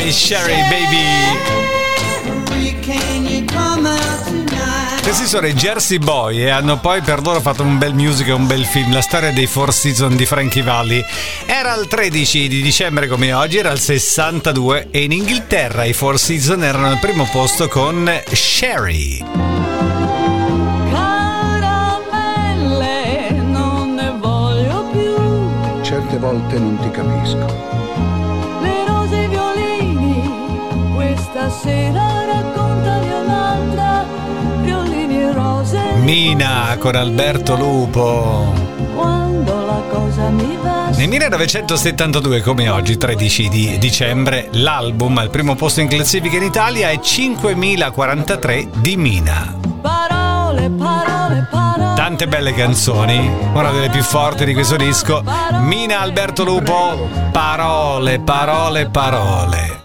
Sherry, Sherry baby. Questi sono i Jersey Boy e hanno poi per loro fatto un bel music e un bel film, la storia dei Four Seasons di Frankie Valli. Era il 13 di dicembre come oggi, era il 62 e in Inghilterra i Four Seasons erano al primo posto con Sherry. Caramelle, non ne voglio più. Certe volte non ti capisco. Le rose e i violini, questa sera raccontami un'altra. Violini e rose. Mina con Alberto Lupo. Quando la cosa mi va. Nel 1972 come oggi, 13 di dicembre, l'album al primo posto in classifica in Italia è 5043 di Mina. Parole, parole, parole. Tante belle canzoni, una delle più forti di questo disco. Mina, Alberto Lupo, parole, parole, parole.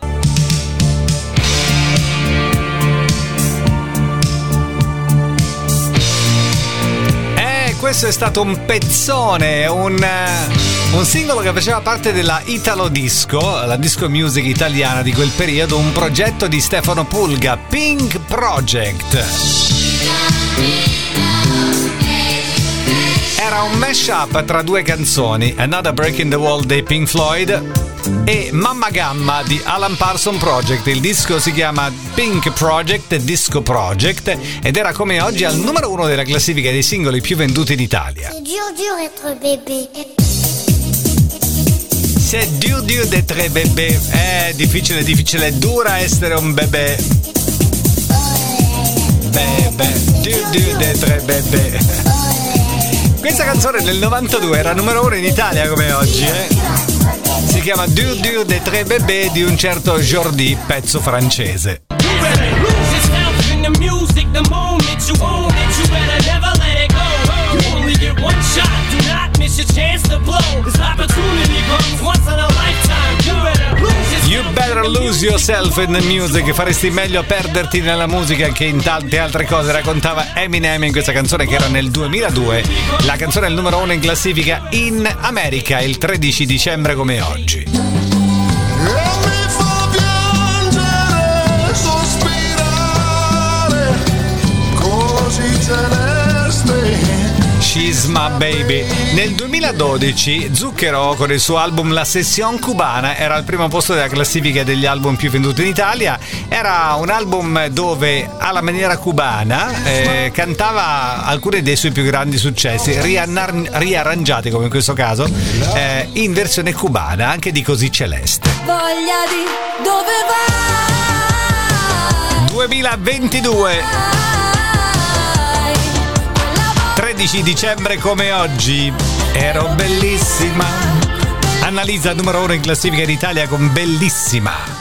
Questo è stato un pezzone, un singolo che faceva parte della Italo Disco, la disco music italiana di quel periodo, un progetto di Stefano Pulga, Pink Project. Era un mashup tra due canzoni, Another Break in the Wall dei Pink Floyd e Mamma Gamma di Alan Parsons Project. Il disco si chiama Pink Project, Disco Project, ed era come oggi al numero 1 della classifica dei singoli più venduti in Italia. C'est dur être bébé. C'est dur d'être bébé. È difficile, dura essere un bebè. Bebè, dur d'être bébé. Questa canzone nel 92 era numero 1 in Italia come oggi, Si chiama Dur d'être bébé di un certo Jordi, pezzo francese. You better lose yourself in the music. Faresti meglio a perderti nella musica che in tante altre cose, raccontava Eminem in questa canzone che era nel 2002. La canzone è il numero 1 in classifica in America il 13 dicembre come oggi. She's My Baby. Nel 2012 Zucchero con il suo album La Session Cubana era al primo posto della classifica degli album più venduti in Italia. Era un album dove alla maniera cubana cantava alcuni dei suoi più grandi successi riarrangiati, come in questo caso, in versione cubana, anche di Così Celeste. Voglia di dove vai. 2022 13 dicembre come oggi, ero bellissima. Annalisa numero 1 in classifica in Italia con Bellissima.